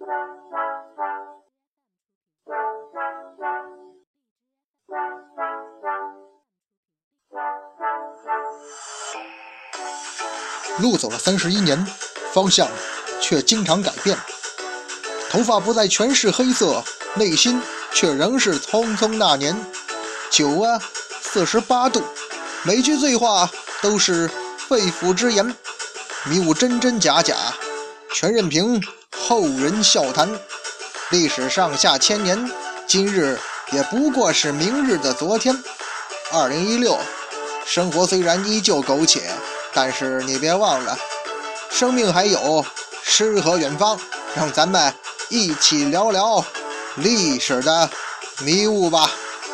路走了31年，方向却经常改变。头发不再全是黑色，内心却仍是匆匆那年。酒啊48度，每句醉话都是肺腑之言，迷雾真真假假，全任凭后人笑谈。历史上下千年，今日也不过是明日的昨天。2016，生活虽然依旧苟且，但是你别忘了，生命还有诗和远方。让咱们一起聊聊历史的迷雾吧。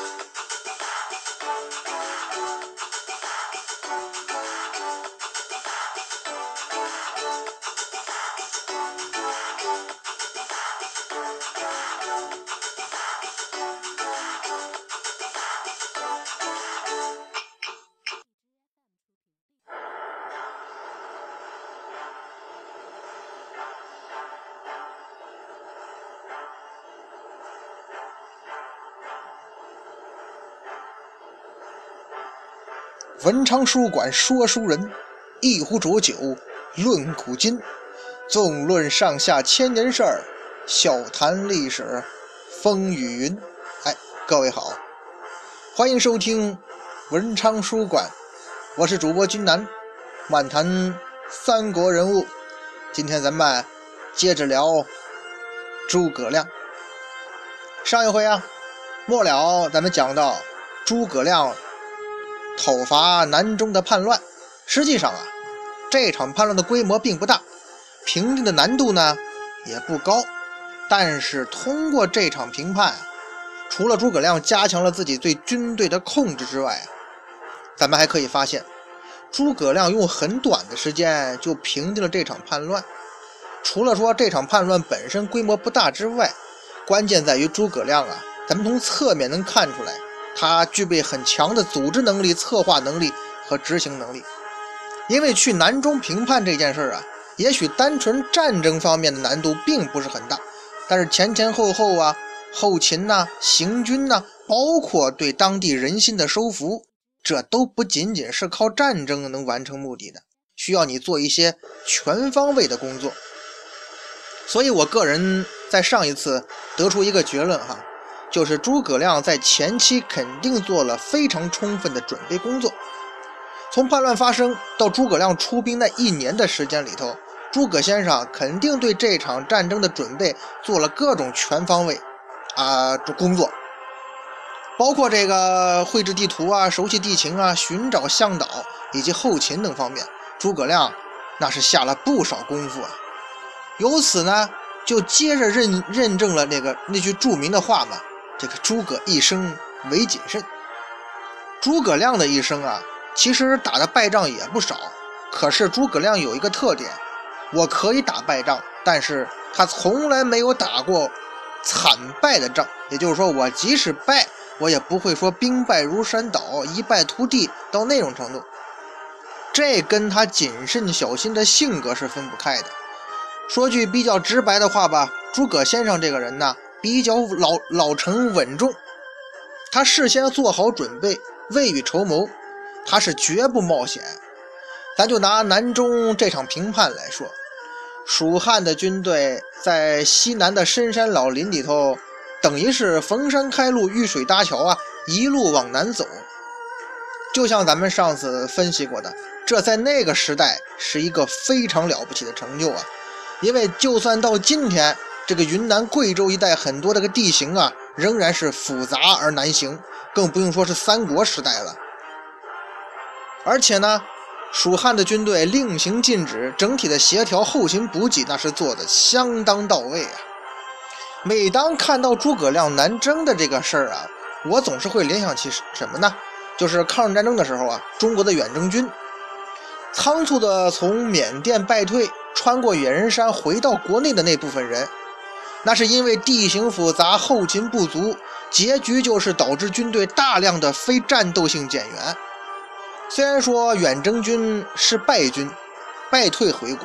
文昌书馆说书人，一壶浊酒论古今，纵论上下千年事儿，笑谈历史风雨云。各位好，欢迎收听文昌书馆，我是主播君南，漫谈三国人物。今天咱们接着聊诸葛亮。上一回末了咱们讲到诸葛亮讨伐南中的叛乱。实际上这场叛乱的规模并不大，平定的难度呢也不高，但是通过这场平叛，除了诸葛亮加强了自己对军队的控制之外，咱们还可以发现诸葛亮用很短的时间就平定了这场叛乱。除了说这场叛乱本身规模不大之外，关键在于诸葛亮咱们从侧面能看出来，他具备很强的组织能力、策划能力和执行能力。因为去南中平叛这件事也许单纯战争方面的难度并不是很大，但是前前后后后勤行军包括对当地人心的收服，这都不仅仅是靠战争能完成目的的，需要你做一些全方位的工作。所以我个人在上一次得出一个结论就是诸葛亮在前期肯定做了非常充分的准备工作。从叛乱发生到诸葛亮出兵那1年的时间里头，诸葛先生肯定对这场战争的准备做了各种全方位工作，包括这个绘制地图熟悉地形寻找向导以及后勤等方面，诸葛亮那是下了不少功夫由此呢就接着认证了那句著名的话嘛，这个诸葛一生唯谨慎。诸葛亮的一生其实打的败仗也不少，可是诸葛亮有一个特点，我可以打败仗，但是他从来没有打过惨败的仗。也就是说，我即使败，我也不会说兵败如山倒，一败涂地到那种程度。这跟他谨慎小心的性格是分不开的。说句比较直白的话吧，诸葛先生这个人比较老成稳重，他事先做好准备，未雨绸缪，他是绝不冒险。咱就拿南中这场平叛来说，蜀汉的军队在西南的深山老林里头，等于是逢山开路，遇水搭桥一路往南走。就像咱们上次分析过的，这在那个时代是一个非常了不起的成就因为就算到今天，这个云南贵州一带很多这个地形仍然是复杂而难行，更不用说是三国时代了。而且呢，蜀汉的军队令行禁止，整体的协调后勤补给那是做的相当到位每当看到诸葛亮南征的这个事儿我总是会联想起什么呢？就是抗日战争的时候中国的远征军仓促的从缅甸败退，穿过野人山回到国内的那部分人，那是因为地形复杂，后勤不足，结局就是导致军队大量的非战斗性减员。虽然说远征军是败军，败退回国，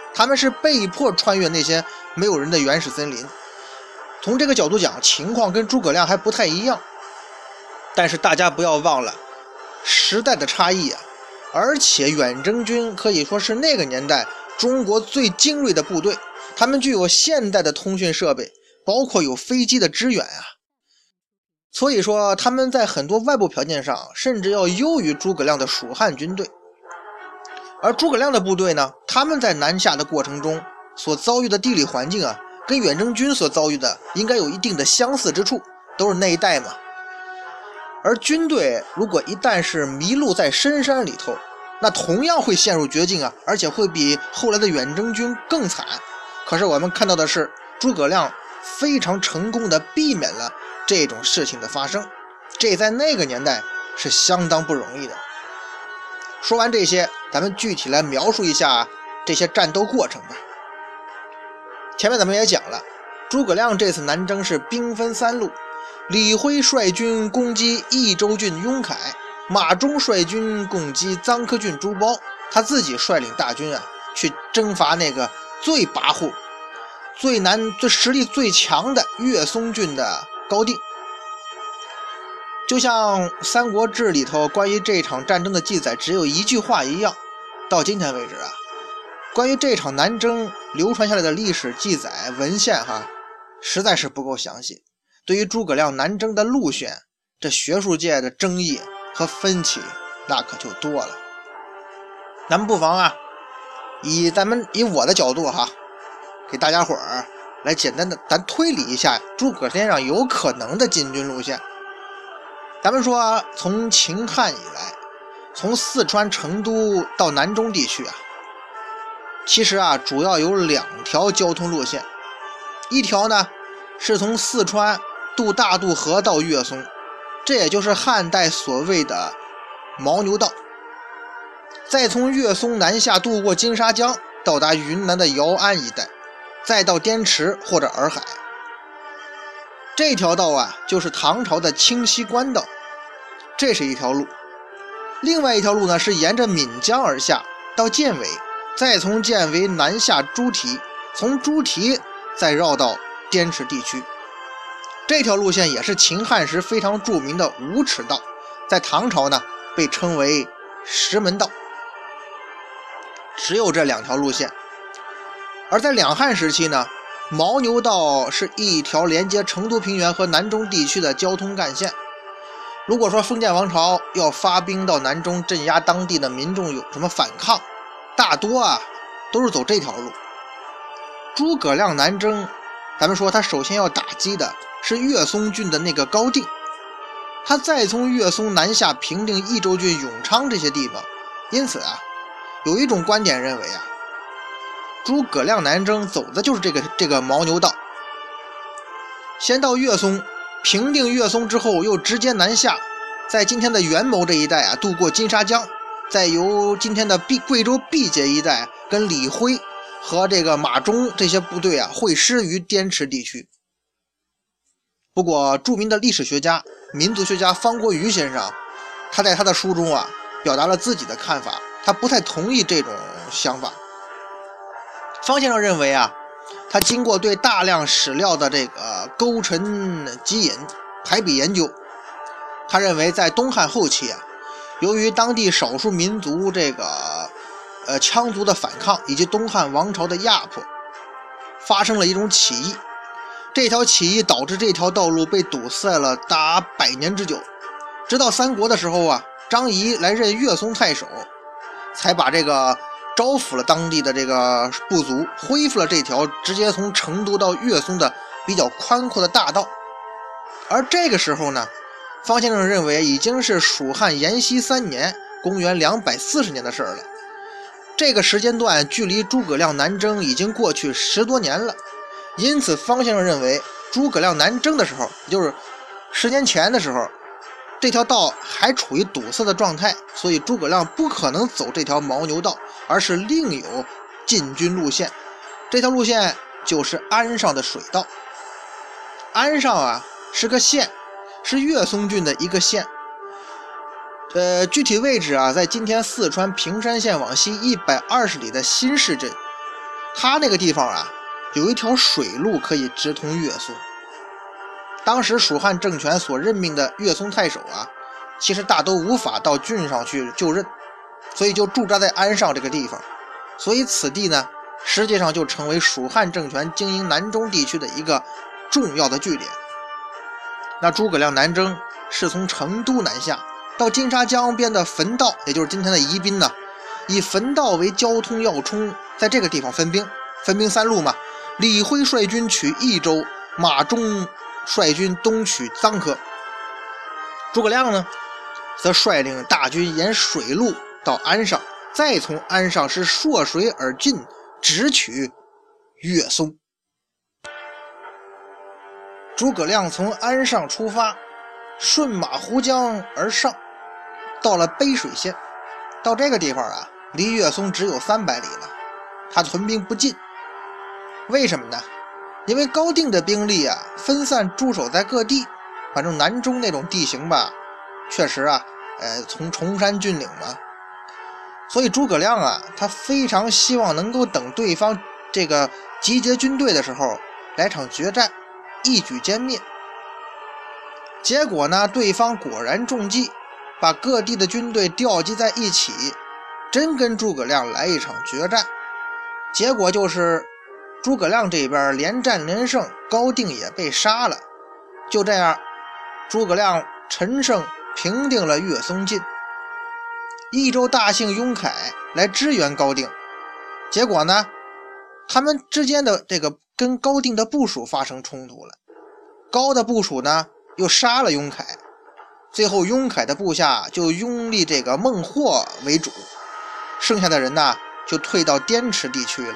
他们是被迫穿越那些没有人的原始森林。从这个角度讲，情况跟诸葛亮还不太一样。但是大家不要忘了时代的差异啊！而且远征军可以说是那个年代中国最精锐的部队，他们具有现代的通讯设备，包括有飞机的支援啊。所以说他们在很多外部条件上甚至要优于诸葛亮的蜀汉军队。而诸葛亮的部队呢，他们在南下的过程中所遭遇的地理环境啊，跟远征军所遭遇的应该有一定的相似之处，都是那一带嘛。而军队如果一旦是迷路在深山里头，那同样会陷入绝境啊，而且会比后来的远征军更惨。可是我们看到的是诸葛亮非常成功的避免了这种事情的发生，这在那个年代是相当不容易的。说完这些，咱们具体来描述一下这些战斗过程吧。前面咱们也讲了，诸葛亮这次南征是兵分三路，李辉率军攻击益州郡雍凯，马忠率军攻击臧科郡朱褒，他自己率领大军啊去征伐那个最跋扈、最难、实力最强的岳松郡的高定。就像《三国志》里头关于这场战争的记载只有一句话一样，到今天为止啊，关于这场南征流传下来的历史记载文献实在是不够详细。对于诸葛亮南征的路线，这学术界的争议和分歧那可就多了。咱们不妨以我的角度给大家伙儿来简单的咱推理一下诸葛先生有可能的进军路线。咱们说从秦汉以来，从四川成都到南中地区其实主要有2条交通路线。一条呢是从四川渡大渡河到岳松，这也就是汉代所谓的牦牛道，再从岳松南下渡过金沙江，到达云南的姚安一带，再到滇池或者洱海。这条道就是唐朝的清溪关道，这是一条路。另外一条路呢是沿着岷江而下到建尾，再从建尾南下猪蹄，从猪蹄再绕到滇池地区。这条路线也是秦汉时非常著名的无耻道，在唐朝呢被称为石门道。只有这2条路线。而在两汉时期呢，牦牛道是一条连接成都平原和南中地区的交通干线。如果说封建王朝要发兵到南中镇压当地的民众有什么反抗，大多都是走这条路。诸葛亮南征，咱们说他首先要打击的是岳松郡的那个高定，他再从岳松南下平定益州郡永昌这些地方。因此有一种观点认为诸葛亮南征走的就是这个牦牛道，先到岳松平定岳松之后，又直接南下，在今天的元谋这一带渡过金沙江，再由今天的贵州毕节一带跟李辉和这个马忠这些部队会师于滇池地区。不过著名的历史学家、民族学家方国瑜先生，他在他的书中表达了自己的看法，他不太同意这种想法。方先生认为他经过对大量史料的这个勾陈集引排比研究，他认为在东汉后期由于当地少数民族这个羌族的反抗以及东汉王朝的压迫，发生了一种起义。这条起义导致这条道路被堵塞了达100年之久，直到三国的时候张仪来任岳松太守，才把这个招抚了当地的这个部族，恢复了这条直接从成都到岳松的比较宽阔的大道。而这个时候呢，方先生认为已经是蜀汉延熙3年公元240年的事了。这个时间段距离诸葛亮南征已经过去10多年了，因此方先生认为诸葛亮南征的时候，也就是10年前的时候，这条道还处于堵塞的状态，所以诸葛亮不可能走这条牦牛道，而是另有进军路线。这条路线就是安上的水道。安上是个县，是岳松郡的一个县。具体位置在今天四川平山县往西120里的新市镇。 他那个地方啊，有一条水路可以直通岳嵩。当时蜀汉政权所任命的岳嵩太守啊，其实大都无法到郡上去就任，所以就驻扎在安上这个地方。所以此地呢，实际上就成为蜀汉政权经营南中地区的一个重要的据点。那诸葛亮南征是从成都南下，到金沙江边的汾道，也就是今天的宜宾呢，以汾道为交通要冲，在这个地方分兵三路嘛。李辉率军取益州，马忠率军东取臧科。诸葛亮呢，则率领大军沿水路到安上，再从安上是溯水而进，直取岳嵩。诸葛亮从安上出发，顺马湖江而上，到了卑水县。到这个地方啊，离岳嵩只有300里了，他屯兵不进。为什么呢？因为高定的兵力啊分散驻守在各地，反正南中那种地形吧，确实啊，从崇山峻岭嘛，所以诸葛亮啊，他非常希望能够等对方这个集结军队的时候来场决战，一举歼灭。结果呢，对方果然中计，把各地的军队调集在一起，真跟诸葛亮来一场决战。结果就是诸葛亮这边连战连胜，高定也被杀了。就这样，诸葛亮陈胜平定了岳嵩晋。益州大姓雍凯来支援高定，结果呢，他们之间的这个跟高定的部属发生冲突了。高的部属呢又杀了雍凯，最后雍凯的部下就拥立这个孟获为主，剩下的人呢就退到滇池地区了。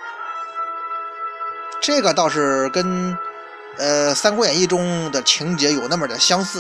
这个倒是跟三国演义中的情节有那么点相似。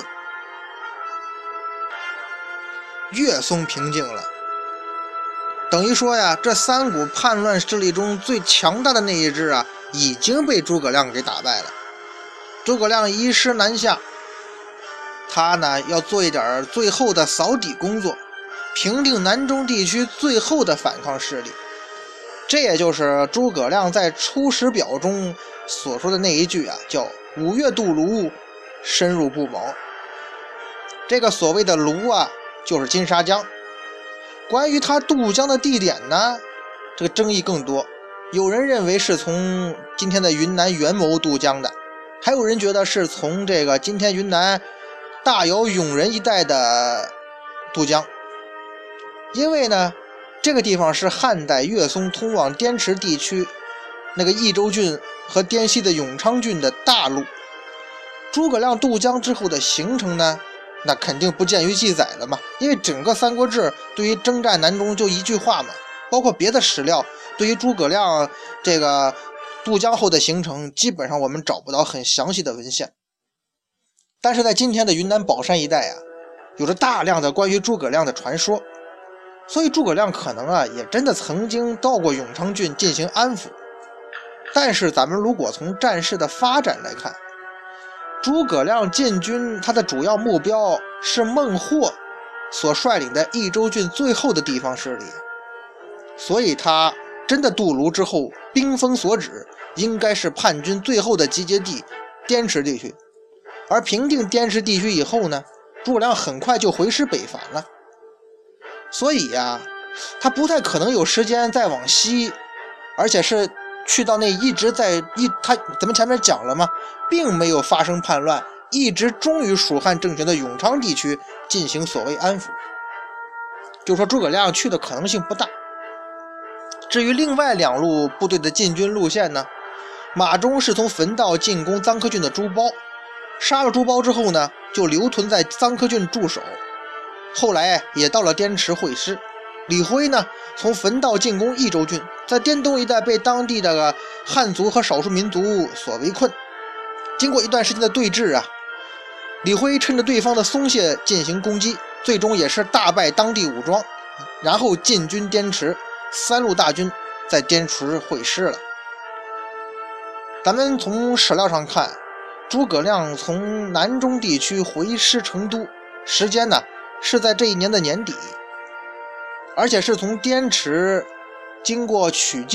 岳嵩平静了，等于说呀，这三股叛乱势力中最强大的那一支啊，已经被诸葛亮给打败了。诸葛亮移师南下，他呢要做一点最后的扫底工作，平定南中地区最后的反抗势力。这也就是诸葛亮在《出师表》中所说的那一句啊，叫5月渡泸，深入不毛。这个所谓的泸啊，就是金沙江。关于他渡江的地点呢，这个争议更多。有人认为是从今天的云南元谋渡江的，还有人觉得是从这个今天云南大姚永仁一带的渡江。因为呢，这个地方是汉代岳嵩通往滇池地区那个益州郡和滇西的永昌郡的大路。诸葛亮渡江之后的行程呢，那肯定不见于记载了嘛，因为整个《三国志》对于征战南中就一句话嘛，包括别的史料对于诸葛亮这个渡江后的行程，基本上我们找不到很详细的文献。但是在今天的云南保山一带啊，有着大量的关于诸葛亮的传说，所以诸葛亮可能啊也真的曾经到过永昌郡进行安抚。但是咱们如果从战事的发展来看，诸葛亮进军他的主要目标是孟获所率领的益州郡最后的地方势力，所以他真的渡泸之后，兵锋所指应该是叛军最后的集结地滇池地区。而平定滇池地区以后呢，诸葛亮很快就回师北伐了，所以呀，他不太可能有时间再往西，而且是去到那一直在咱们前面讲了吗，并没有发生叛乱，一直忠于蜀汉政权的永昌地区进行所谓安抚。就说诸葛亮去的可能性不大。至于另外2路部队的进军路线呢，马忠是从汾道进攻臧科郡的朱褒，杀了朱褒之后呢，就留屯在臧科郡驻守，后来也到了滇池会师。李辉呢，从汾道进攻益州郡，在滇东一带被当地的汉族和少数民族所围困。经过一段时间的对峙啊，李辉趁着对方的松懈进行攻击，最终也是大败当地武装，然后进军滇池，3路大军在滇池会师了。咱们从史料上看，诸葛亮从南中地区回师成都，时间呢是在这一年的年底，而且是从滇池经过曲靖，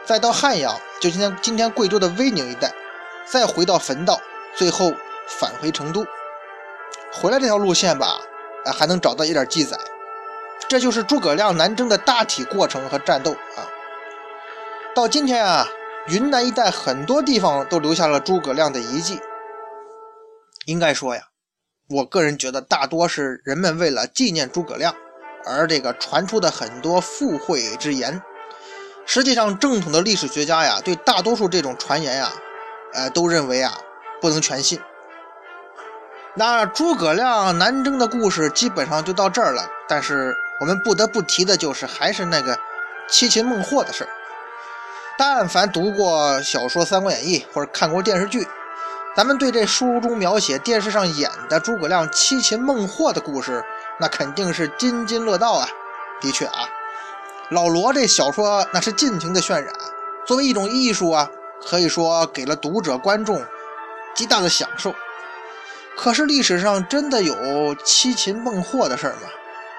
再到汉阳，就今天贵州的威宁一带，再回到汾道，最后返回成都。回来这条路线吧，还能找到一点记载。这就是诸葛亮南征的大体过程和战斗啊。到今天啊，云南一带很多地方都留下了诸葛亮的遗迹。应该说呀，我个人觉得大多是人们为了纪念诸葛亮而这个传出的很多附会之言。实际上正统的历史学家呀，对大多数这种传言呀，都认为啊不能全信。那诸葛亮南征的故事基本上就到这儿了，但是我们不得不提的就是还是那个七擒孟获的事儿。但凡读过小说《三国演义》或者看过电视剧，咱们对这书中描写电视上演的诸葛亮七擒孟获的故事，那肯定是津津乐道啊。的确啊，老罗这小说那是尽情的渲染，作为一种艺术啊，可以说给了读者观众极大的享受。可是历史上真的有七擒孟获的事吗？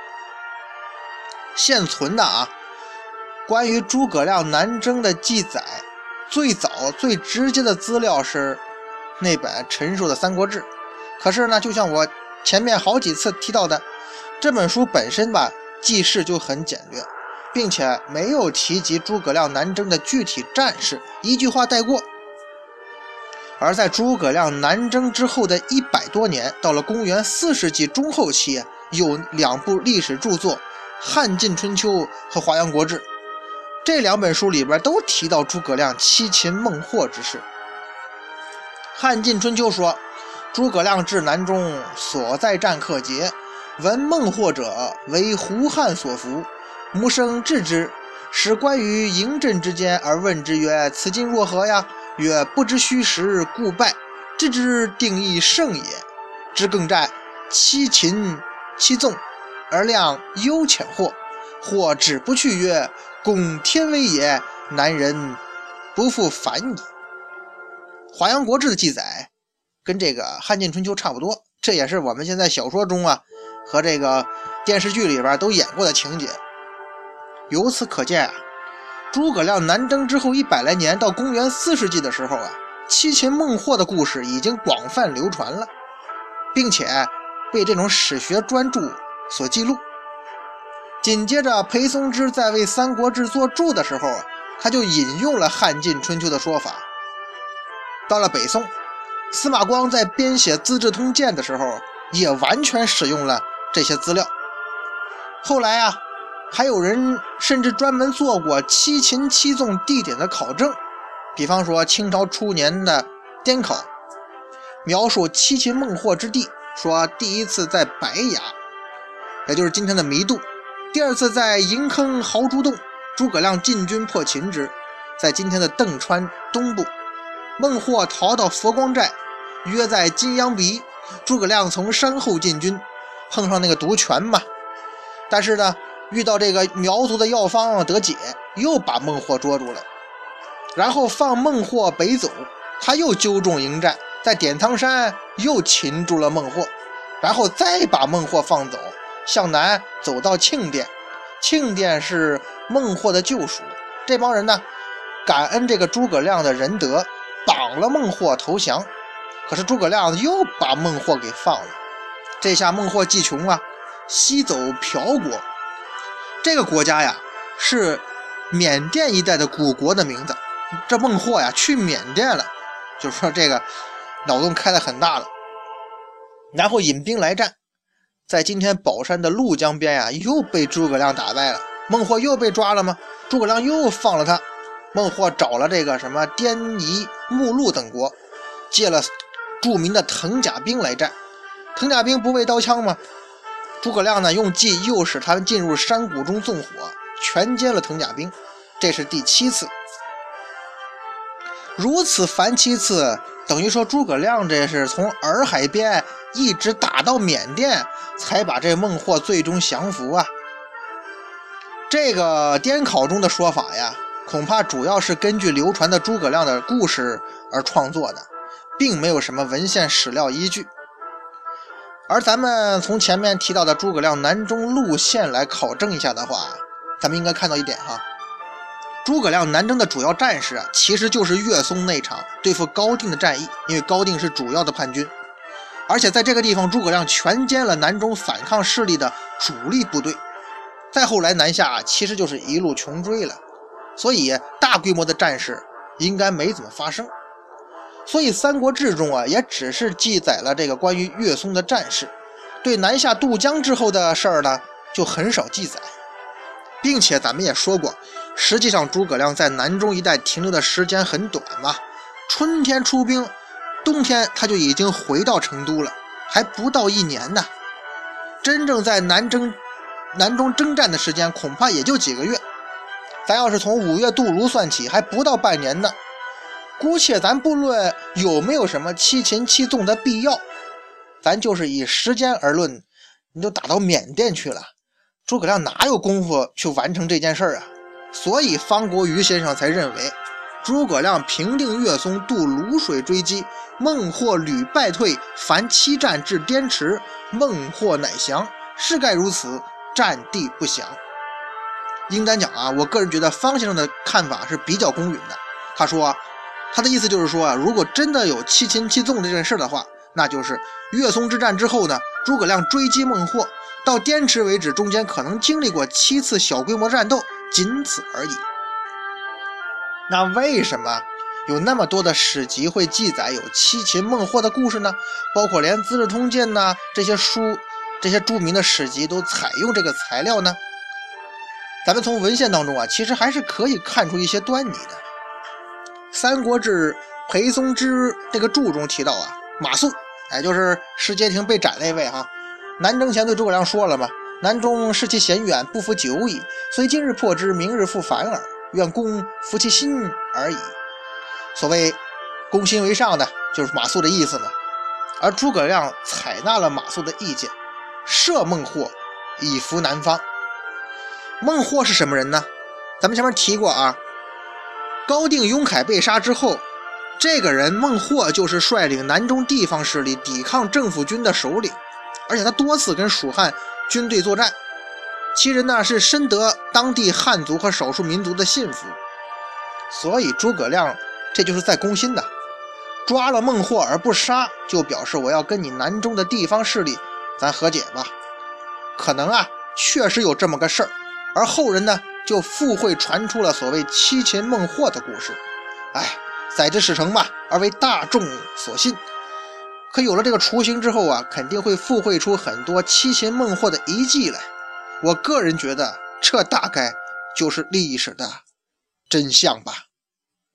现存的啊，关于诸葛亮南征的记载，最早最直接的资料是那本陈述的《三国志》。可是呢，就像我前面好几次提到的，这本书本身吧，记事就很简略，并且没有提及诸葛亮南征的具体战事，一句话带过。而在诸葛亮南征之后的100多年，到了公元4世纪中后期，有2部历史著作《汉晋春秋》和《华阳国志》，这2本书里边都提到诸葛亮七擒孟获之事。《汉晋春秋》说，诸葛亮至南中，所在战克捷，闻孟获者为胡汉所俘，母生治之，使关于营阵之间，而问之曰：此今若何呀？曰：不知虚实，故败。知之定义胜也。知更战，七擒七纵，而亮忧浅获。或止不去曰：攻天威也，南人不复反矣。华阳国志的记载跟这个汉晋春秋差不多，这也是我们现在小说中啊和这个电视剧里边都演过的情节。由此可见啊，诸葛亮南征之后100来年，到公元4世纪的时候啊，七擒孟获的故事已经广泛流传了，并且被这种史学专著所记录。紧接着裴松之在为《三国志》作注的时候啊，他就引用了汉晋春秋的说法。到了北宋，司马光在编写《资治通鉴》的时候，也完全使用了这些资料。后来啊，还有人甚至专门做过七擒七纵地点的考证，比方说清朝初年的滇考，描述七擒孟获之地，说第一次在白崖，也就是今天的弥渡；第二次在营坑豪猪洞，诸葛亮进军破秦之，在今天的邓川东部；孟获逃到佛光寨，约在金阳鼻，诸葛亮从山后进军，碰上那个毒泉嘛，但是呢遇到这个苗族的药方得解，又把孟获捉住了，然后放孟获北走，他又纠众迎战，在点苍山又擒住了孟获，然后再把孟获放走，向南走到庆甸，庆甸是孟获的旧属，这帮人呢感恩这个诸葛亮的仁德，绑了孟获投降，可是诸葛亮又把孟获给放了。这下孟获计穷啊，西走朴国，这个国家呀是缅甸一带的古国的名字。这孟获呀去缅甸了，就是说这个脑洞开得很大了。然后引兵来战，在今天宝山的怒江边呀又被诸葛亮打败了，孟获又被抓了吗？诸葛亮又放了他。孟获找了这个什么滇夷目录等国，借了著名的藤甲兵来战。藤甲兵不畏刀枪吗？诸葛亮呢用计诱使他们进入山谷中纵火，全歼了藤甲兵，这是第7次。如此凡7次，等于说诸葛亮这是从洱海边一直打到缅甸，才把这孟获最终降服啊。这个滇考中的说法呀，恐怕主要是根据流传的诸葛亮的故事而创作的，并没有什么文献史料依据。而咱们从前面提到的诸葛亮南征路线来考证一下的话，咱们应该看到一点哈， 诸葛亮南征的主要战事啊，其实就是岳松那场对付高定的战役，因为高定是主要的叛军，而且在这个地方诸葛亮全歼了南中反抗势力的主力部队，再后来南下其实就是一路穷追了，所以大规模的战事应该没怎么发生。所以《三国志》中啊，也只是记载了这个关于岳松的战事，对南下渡江之后的事儿呢，就很少记载。并且咱们也说过，实际上诸葛亮在南中一带停留的时间很短嘛，春天出兵，冬天他就已经回到成都了，还不到1年呢。真正在南中征战的时间恐怕也就几个月，咱要是从5月渡泸算起，还不到半年呢。姑且咱不论有没有什么七擒七纵的必要，咱就是以时间而论，你就打到缅甸去了，诸葛亮哪有功夫去完成这件事啊？所以方国瑜先生才认为，诸葛亮平定岳松，渡泸水追击，孟获屡败退，凡7战至滇池，孟获乃降，是盖如此，战地不详。应当讲啊，我个人觉得方先生的看法是比较公允的。他的意思就是说啊，如果真的有七擒七纵这件事的话，那就是岳松之战之后呢，诸葛亮追击孟获，到滇池为止，中间可能经历过7次小规模战斗，仅此而已。那为什么有那么多的史籍会记载有七擒孟获的故事呢？包括连《资治通鉴》呐这些著名的史籍都采用这个材料呢？咱们从文献当中啊，其实还是可以看出一些端倪的。《三国志》裴松之这个注中提到啊，马谡，就是石阶亭被斩那位哈，南征前对诸葛亮说了嘛，南中视其险远，不服久矣，虽今日破之，明日复返耳，愿公服其心而已。所谓攻心为上呢，就是马谡的意思嘛。而诸葛亮采纳了马谡的意见，赦孟获以服南方。孟获是什么人呢？咱们前面提过啊，高定雍凯被杀之后，这个人孟获就是率领南中地方势力抵抗政府军的首领，而且他多次跟蜀汉军队作战，其人呢是深得当地汉族和少数民族的信服。所以诸葛亮这就是在攻心的，抓了孟获而不杀，就表示我要跟你南中的地方势力咱和解吧。可能啊确实有这么个事儿，而后人呢就附会传出了所谓七擒孟获的故事。载之史成吧，而为大众所信。可有了这个雏形之后啊，肯定会附会出很多七擒孟获的遗迹来。我个人觉得这大概就是历史的真相吧。